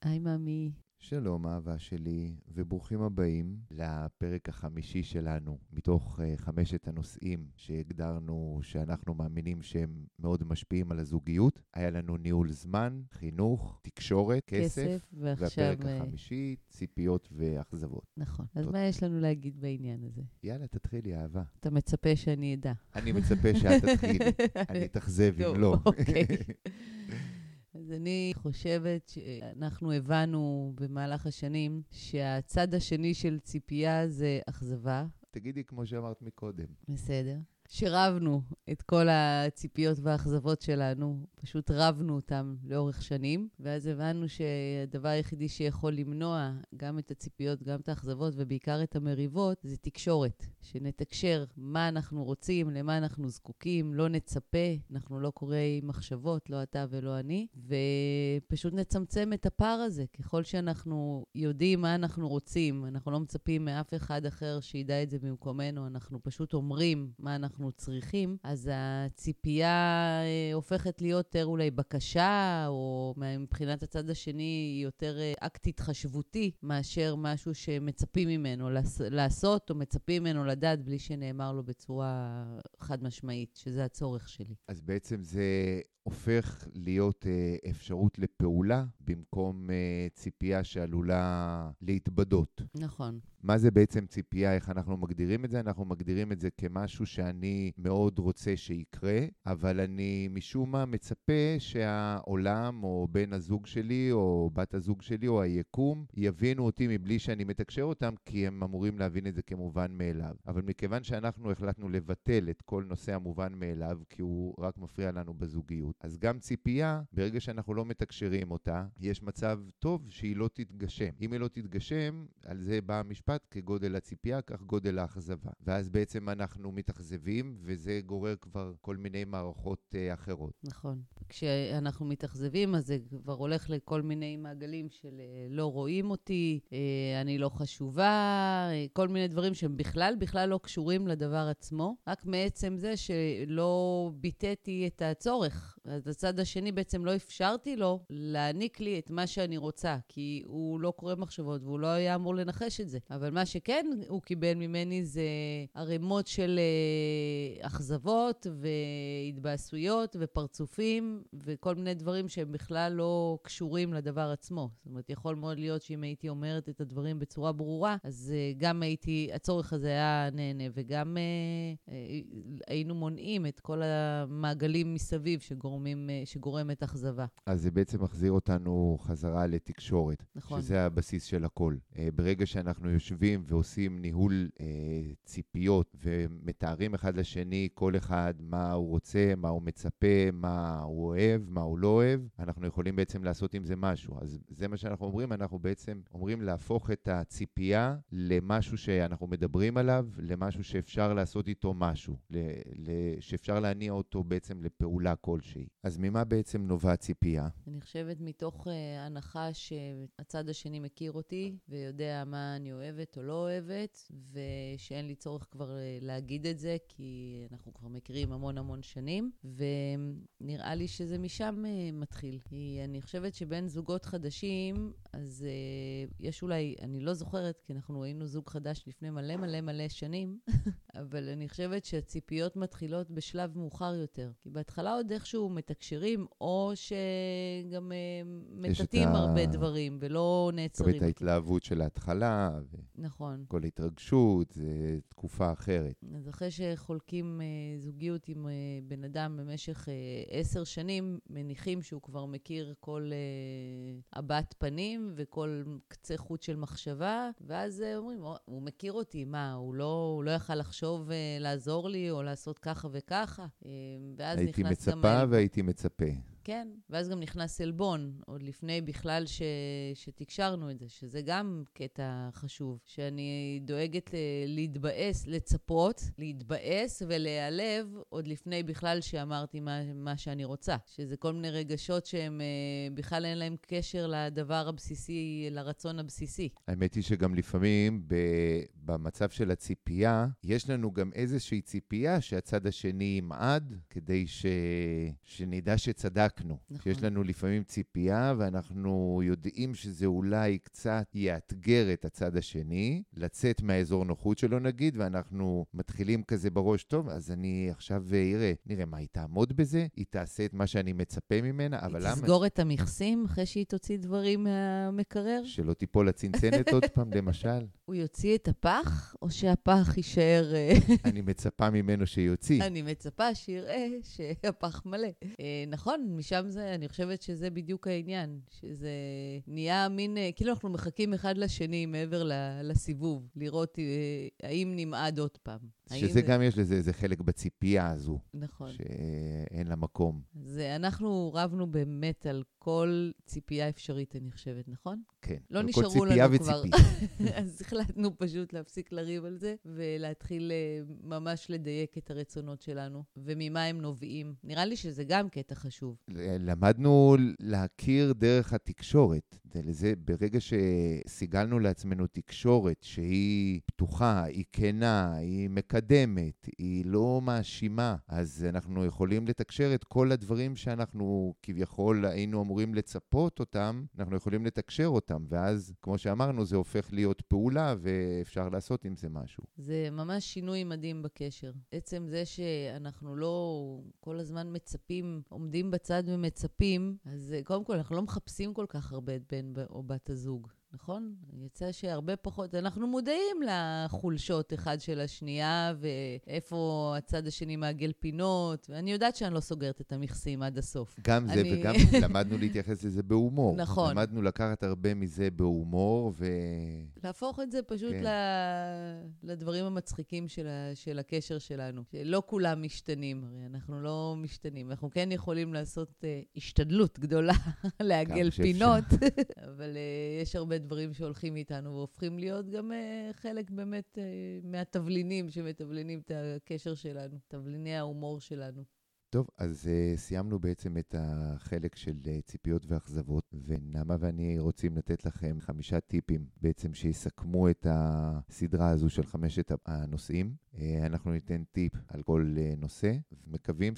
היי מאמי. שלום אהבה שלי, וברוכים הבאים לפרק החמישי שלנו, מתוך 5 הנושאים שהגדרנו שאנחנו מאמינים שהם מאוד משפיעים על הזוגיות. היה לנו ניהול זמן, חינוך, תקשורת, כסף, ועכשיו... והפרק החמישי, ציפיות ואכזבות. נכון. אז מה יש לנו להגיד בעניין הזה? יאללה, תתחילי אהבה. אתה מצפה שאני אדע. אני מצפה שאת תתחילי, אני אתאכזב אם לא. אוקיי. אז אני חושבת שאנחנו הבנו במהלך השנים שהצד השני של ציפייה זה אכזבה. תגידי כמו שאמרת מקודם. בסדר. שרבנו את כל הציפיות והאכזבות שלנו, פשוט רבנו אותם לאורך שנים, ואז הבנו שהדבר היחידי שיכול למנוע גם את הציפיות, גם את האכזבות, ובעיקר את המריבות, זה תקשורת. שנתקשר מה אנחנו רוצים, למה אנחנו זקוקים, לא נצפה, אנחנו לא קוראי מחשבות, לא אתה ולא אני, ופשוט נצמצם את הפער הזה. ככל שאנחנו יודעים מה אנחנו רוצים, אנחנו לא מצפים מאף אחד אחר שידע את זה במקומנו, אנחנו פשוט אומרים מה אנחנו צריכים, אז הציפייה הופכת להיות יותר אולי בקשה, או מבחינת הצד השני היא יותר אקט התחשבותי, מאשר משהו שמצפים ממנו לעשות, או מצפים ממנו לדעת בלי שנאמר לו בצורה חד משמעית, שזה הצורך שלי. אז בעצם זה הופך להיות אפשרות לפעולה, במקום ציפייה שעלולה להתבדות. נכון. מה זה בעצם ציפייה? איך אנחנו מגדירים את זה? אנחנו מגדירים את זה כמשהו שאני מאוד רוצה שיקרה, אבל אני משום מה מצפה שהעולם או בן הזוג שלי או בת הזוג שלי או היקום יבינו אותי מבלי שאני מתקשר אותם, כי הם אמורים להבין את זה כמובן מאליו. אבל מכיוון שאנחנו החלטנו לבטל את כל נושא המובן מאליו, כי הוא רק מפריע לנו בזוגיות, אז גם ציפייה, ברגע שאנחנו לא מתקשרים אותה, יש מצב טוב שהיא לא תתגשם. אם היא לא תתגשם, על זה בא המשפט, כגודל הציפייה, כך גודל האכזבה. ואז בעצם אנחנו מתאכזבים, וזה גורר כבר כל מיני מערכות אחרות. נכון. כשאנחנו מתאכזבים, אז זה כבר הולך לכל מיני מעגלים של לא רואים אותי, אני לא חשובה, כל מיני דברים שהם בכלל לא קשורים לדבר עצמו, רק מעצם זה שלא ביטאתי את הצורך. אז הצד השני בעצם לא אפשרתי לו להעניק לי את מה שאני רוצה, כי הוא לא קורא מחשבות והוא לא היה אמור לנחש את זה. אבל מה שכן הוא קיבל ממני זה ערימות של אכזבות והתבאסויות ופרצופים וכל מיני דברים שהם בכלל לא קשורים לדבר עצמו. זאת אומרת, יכול מאוד להיות שאם הייתי אומרת את הדברים בצורה ברורה, אז גם הצורך הזה היה נהנה, וגם היינו מונעים את כל המעגלים מסביב שגורמת אכזבה. אז זה בעצם מחזיר אותנו חזרה לתקשורת. נכון. שזה הבסיס של הכל. ברגע שאנחנו יושבים ועושים ניהול ציפיות ומתארים אחד לשני, כל אחד מה הוא רוצה, מה הוא מצפה, מה הוא אוהב, מה הוא לא אוהב, אנחנו יכולים בעצם לעשות עם זה משהו. אז זה מה שאנחנו אומרים, אנחנו בעצם אומרים להפוך את הציפייה למשהו שאנחנו מדברים עליו, למשהו שאפשר לעשות איתו משהו, שאפשר להניע אותו בעצם לפעולה כלשהי. אז ממה בעצם נובע ציפייה? אני חושבת מתוך הנחה שהצד השני מכיר אותי ויודע מה אני אוהבת או לא אוהבת, ושאין לי צורך כבר להגיד את זה, כי אנחנו כבר מכירים המון שנים, ונראה לי שזה משם מתחיל. כי אני חושבת שבין זוגות חדשים, אז יש אולי, אני לא זוכרת, כי אנחנו היינו זוג חדש לפני מלא שנים, אבל אני חושבת שהציפיות מתחילות בשלב מאוחר יותר. כי בהתחלה עוד איכשהו מתקשרים, או שגם מטטים הרבה דברים, ולא נעצרים. את ההתלהבות של ההתחלה, נכון. כל ההתרגשות, זה תקופה אחרת. אז אחרי שחולקים זוגיות עם בן אדם במשך 10 שנים, מניחים שהוא כבר מכיר כל הבעת פנים, וכל קצה חוט של מחשבה, ואז אומרים, הוא מכיר אותי, מה, הוא לא יכל לחשוב לעזור לי, או לעשות ככה וככה, ואז הייתי נכנס מצפה והייתי מצפה. כן, ואז גם נכנס אלבון, עוד לפני בכלל שתקשרנו את זה, שזה גם קטע חשוב, שאני דואגת להתבאס, לצפות, להתבאס ולהיעלב, עוד לפני בכלל שאמרתי מה שאני רוצה, שזה כל מיני רגשות שהם בכלל אין להם קשר לדבר הבסיסי, לרצון הבסיסי. האמת היא שגם לפעמים במצב של הציפייה, יש לנו גם איזושהי ציפייה שהצד השני ימעד, כדי שנדע שצדקנו. בדקנו. נכון. יש לנו לפעמים ציפייה, ואנחנו יודעים שזה אולי קצת יאתגר את הצד השני, לצאת מהאזור נוחות שלו נגיד, ואנחנו מתחילים כזה בראש, טוב, אז אני עכשיו נראה מה היא תעמוד בזה, היא תעשה את מה שאני מצפה ממנה, אבל למה? היא תסגור את המכסים אחרי שהיא תוציא דברים מהמקרר? שלא תיפול הצנצנת עוד פעם, למשל. הוא יוציא את הפח, או שהפח יישאר... אני מצפה ממנו שיוציא. אני מצפה שיראה שהפח מלא. נכון, משם זה, אני חושבת שזה בדיוק העניין, שזה נהיה מין, כאילו אנחנו מחכים אחד לשני מעבר לסיבוב, לראות האם נמעד עוד פעם. שזה גם יש לזה איזה חלק בציפייה הזו. נכון. שאין לה מקום. אז אנחנו רבנו באמת על כל ציפייה אפשרית, אני חושבת, נכון? כן. לא נשארו לנו כבר. אז החלטנו פשוט להפסיק לריב על זה, ולהתחיל ממש לדייק את הרצונות שלנו, וממה הם נובעים. נראה לי שזה גם קטע חשוב. למדנו להכיר דרך התקשורת. לזה, ברגע שסיגלנו לעצמנו תקשורת שהיא פתוחה, היא כנה, היא מקדמת, היא לא מאשימה, אז אנחנו יכולים לתקשר את כל הדברים שאנחנו כביכול היינו אמורים לצפות אותם, אנחנו יכולים לתקשר אותם, ואז, כמו שאמרנו, זה הופך להיות פעולה, ואפשר לעשות עם זה משהו. זה ממש שינוי מדהים בקשר. עצם זה שאנחנו לא כל הזמן מצפים, עומדים בצד ומצפים, אז קודם כל, אנחנו לא מחפשים כל כך הרבה את בן או בת הזוג. נכון? יצא שהרבה פחות, אנחנו מודעים לחולשות אחד של השנייה, ואיפה הצד השני מעגל פינות, ואני יודעת שאני לא סוגרת את המכסים עד הסוף. גם זה, וגם למדנו להתייחס לזה בהומור. נכון. למדנו לקחת הרבה מזה בהומור, להפוך את זה פשוט לדברים המצחיקים של הקשר שלנו. שלא כולם משתנים, הרי אנחנו לא משתנים. אנחנו כן יכולים לעשות השתדלות גדולה לעגל פינות, אבל יש הרבה דברים שהולכים איתנו והופכים להיות גם חלק באמת מהתבלינים שמתבלינים את הקשר שלנו, תבליני ההומור שלנו. טוב, אז סיימנו בעצם את החלק של ציפיות ואכזבות, ונעמה ואני רוצים לתת לכם 5 טיפים בעצם שיסכמו את הסדרה הזו של 5 הנושאים. אנחנו ניתן טיפ על כל נושא, ומקווים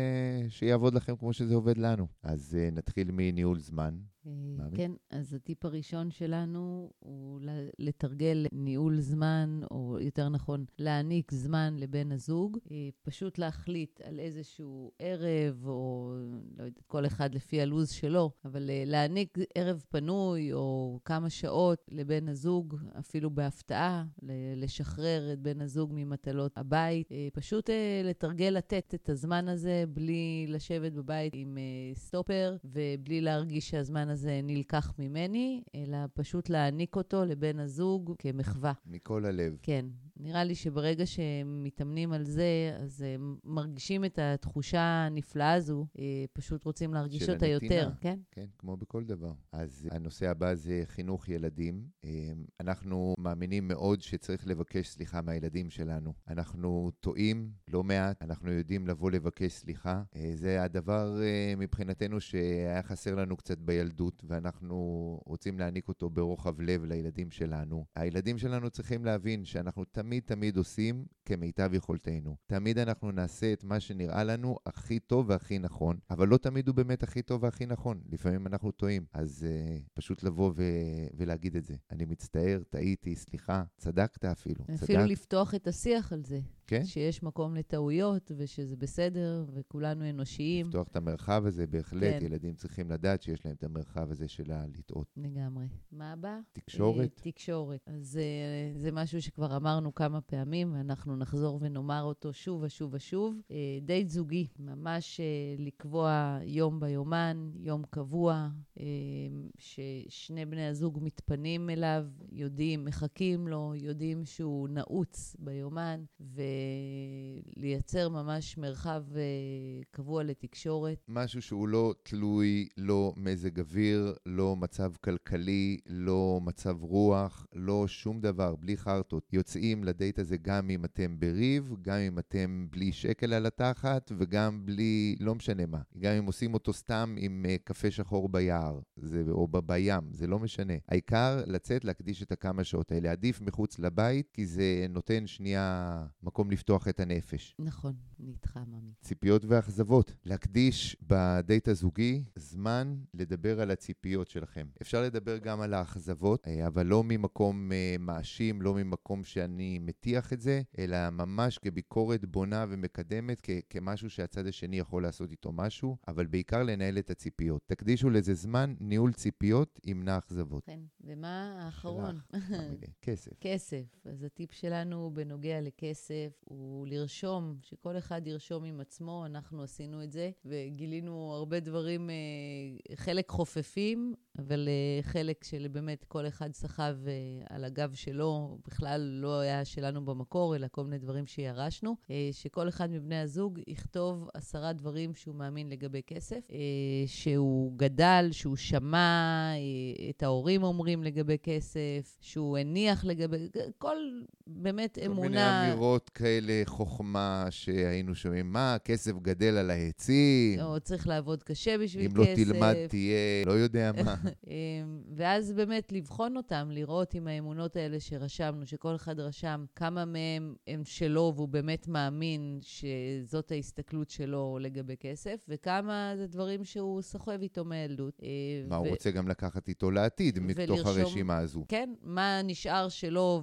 שיעבוד לכם כמו שזה עובד לנו. אז נתחיל מניהול זמן. כן, אז הטיפ הראשון שלנו הוא לתרגל ניהול זמן, או יותר נכון, להעניק זמן לבן הזוג, פשוט להחליט על איזשהו ערב, או לא יודעת, כל אחד לפי הלוז שלו, אבל להעניק ערב פנוי, או כמה שעות לבן הזוג, אפילו בהפתעה, לשחרר את בן הזוג ממטלות הבית, פשוט לתרגל לתת את הזמן הזה, בלי לשבת בבית עם סטופר, ובלי להרגיש שהזמן הזה נלקח ממני, אלא פשוט להעניק אותו לבן הזוג כמחווה. מכל הלב. כן. נראה לי שברגע שמתאמנים על זה, אז מרגישים את התחושה הנפלאה הזו, פשוט רוצים להרגיש אותה יותר. כן? כן, כמו בכל דבר. אז הנושא הבא זה חינוך ילדים. אנחנו מאמינים מאוד שצריך לבקש סליחה מהילדים שלנו. אנחנו טועים לא מעט, אנחנו יודעים לבוא לבקש סליחה. זה הדבר מבחינתנו שהיה חסר לנו קצת בילדות, ואנחנו רוצים להעניק אותו ברוחב לב לילדים שלנו. הילדים שלנו צריכים להבין שאנחנו תמיד עושים כמיטב יכולתנו. תמיד אנחנו נעשה את מה שנראה לנו הכי טוב והכי נכון, אבל לא תמיד הוא באמת הכי טוב והכי נכון. לפעמים אנחנו טועים. אז פשוט לבוא ולהגיד את זה. אני מצטער, טעיתי, סליחה, צדקת אפילו. אפילו לפתוח את השיח על זה. כן? שיש מקום לטעויות ושזה בסדר וכולנו אנושיים. לפתוח את המרחב הזה בהחלט. כן. ילדים צריכים לדעת שיש להם את המרחב הזה שלה לטעות. לגמרי. מה הבא? תקשורת. תקשורת. אז זה משהו שכבר אמרנו כמה פעמים, ואנחנו נחזור ונאמר אותו שוב ושוב. דייט זוגי, ממש לקבוע יום ביומן, יום קבוע, ששני בני הזוג מתפנים אליו, יודעים, מחכים לו, יודעים שהוא נעוץ ביומן, ולייצר ממש מרחב קבוע לתקשורת. משהו שהוא לא תלוי, לא מזג אוויר, לא מצב כלכלי, לא מצב רוח, לא שום דבר, בלי חרטות. יוצאים לדייט הזה גם אם אתם בריב, גם אם אתם בלי שקל על התחת, וגם בלי, לא משנה מה. גם אם עושים אותו סתם עם קפה שחור ביער, או בים, זה לא משנה. העיקר לצאת, להקדיש את הכמה שעות האלה. עדיף מחוץ לבית, כי זה נותן שנייה מקום במקום לפתוח את הנפש. נכון, אני איתך, ממי. ציפיות ואכזבות. להקדיש בדייט הזוגי זמן לדבר על הציפיות שלכם. אפשר לדבר גם על האכזבות, אבל לא ממקום מאשים, לא ממקום שאני מטיח את זה, אלא ממש כביקורת בונה ומקדמת, כמשהו שהצד השני יכול לעשות איתו משהו, אבל בעיקר לנהל את הציפיות. תקדישו לזה זמן, ניהול ציפיות ימנע אכזבות. כן, ומה האחרון? כסף. כסף. אז הטיפ שלנו בנוגע לכסף הוא לרשום, שכל אחד ירשום עם עצמו, אנחנו עשינו את זה, וגילינו הרבה דברים, חלק חופפים, אבל חלק של באמת כל אחד סחב על הגב שלו, בכלל לא היה שלנו במקור, אלא כל מיני דברים שירשנו, שכל אחד מבני הזוג יכתוב 10 דברים שהוא מאמין לגבי כסף, שהוא גדל, שהוא שמע, את ההורים אומרים לגבי כסף, שהוא הניח לגבי, כל באמת אמונה. כל מיני אמירות כאלה, חוכמה שהיינו שומעים, מה, כסף גדל על העצים? או צריך לעבוד קשה בשביל כסף. אם לא תלמד תהיה, לא יודע מה. ואז באמת לבחון אותם, לראות עם האמונות האלה שרשמנו, שכל אחד רשם כמה מהם הם שלו, והוא באמת מאמין שזאת ההסתכלות שלו לגבי כסף, וכמה זה דברים שהוא סוחב איתו מהילדות. מה הוא רוצה גם לקחת איתו לעתיד, מתוך הרשימה הזו. כן, מה נשאר שלו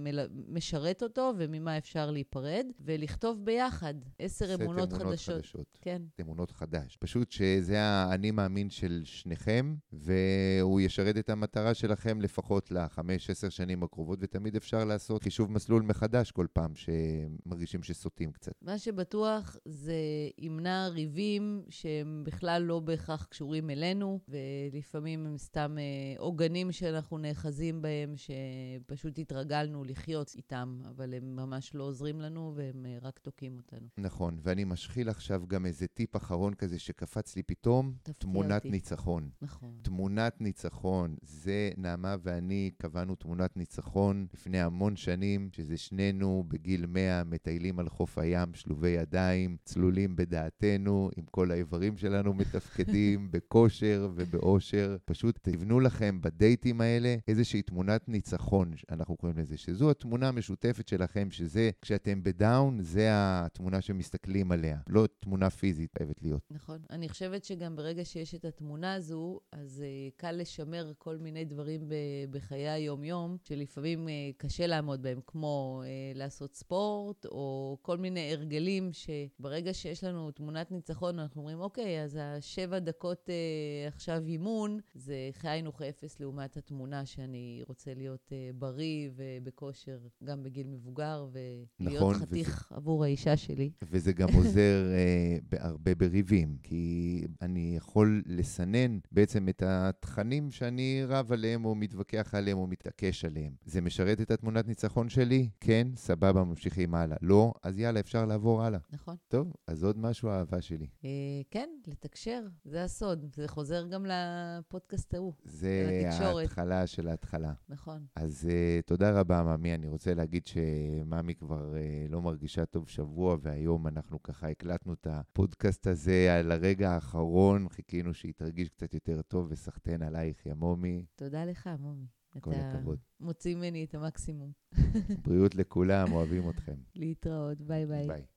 ומשרת אותו, וממה אפשר להיפרד, ולכתוב ביחד 10 אמונות חדשות. כן. אמונות חדש. פשוט שזה האני מאמין של שניכם, והוא ישרת את המטרה שלכם לפחות ל5-10 שנים הקרובות, ותמיד אפשר לעשות חישוב מסלול מחדש כל פעם שמרגישים שסוטים קצת. מה שבטוח זה ימנע ריבים שהם בכלל לא בהכרח קשורים אלינו, ולפעמים הם סתם עוגנים שאנחנו נאחזים בהם, שפשוט התרגלנו לחיות איתם, אבל הם ממש לא עוזרים לנו, והם רק תוקעים אותנו. נכון, ואני משחיל עכשיו גם איזה טיפ אחרון כזה שקפץ לי פתאום, תמונת ניצחון. נכון. תמונת ניצחון, זה נעמה ואני קבענו תמונת ניצחון לפני המון שנים, שזה שנינו בגיל 100 מטיילים על חוף הים, שלובי ידיים, צלולים בדעתנו, עם כל האיברים שלנו מתפקדים, בכושר ובאושר. פשוט תבנו לכם בדייטים האלה איזושהי תמונת ניצחון, אנחנו קוראים לזה, שזו התמונה המשותפת שלכם, שזה כשאתם בדאון, זה התמונה שמסתכלים עליה, לא תמונה פיזית חייבת להיות. נכון. אני חושבת שגם ברגע שיש את התמונה הזו, אז קל לשמר כל מיני דברים בחיי היום-יום, שלפעמים קשה לעמוד בהם, כמו לעשות ספורט, או כל מיני הרגלים שברגע שיש לנו תמונת ניצחון, אנחנו אומרים, אוקיי, אז 7 דקות עכשיו אימון, זה חינוך 0 לעומת התמונה שאני רוצה להיות בריא ובכושר, גם בגיל מבוגר, ולהיות נכון, חתיך עבור האישה שלי. וזה גם עוזר הרבה בריבים, כי אני יכול לסנן בעצם את התכנים שאני רב עליהם, או מתווכח עליהם, או מתעקש עליהם. זה משרת את התמונת ניצחון שלי? כן, סבבה, ממשיכים הלאה. לא, אז יאללה, אפשר לעבור הלאה. נכון. טוב, אז עוד משהו האהבה שלי. כן, לתקשר, זה הסוד. זה חוזר גם לפודקאסט ההוא. זה ההתחלה של ההתחלה. נכון. אז תודה רבה, ממי. אני רוצה להגיד שממי כבר לא מרגישה טוב שבוע, והיום אנחנו ככה הקלטנו את הפודקאסט הזה על הרגע האחרון, חיכינו שהיא תרגיש קצת יותר טוב, וסחתן עלייך, יא מומי. תודה לך, מומי. כל הכבוד. מוציא ממני את המקסימום. בריאות לכולם, אוהבים אתכם. להתראות, ביי ביי. ביי.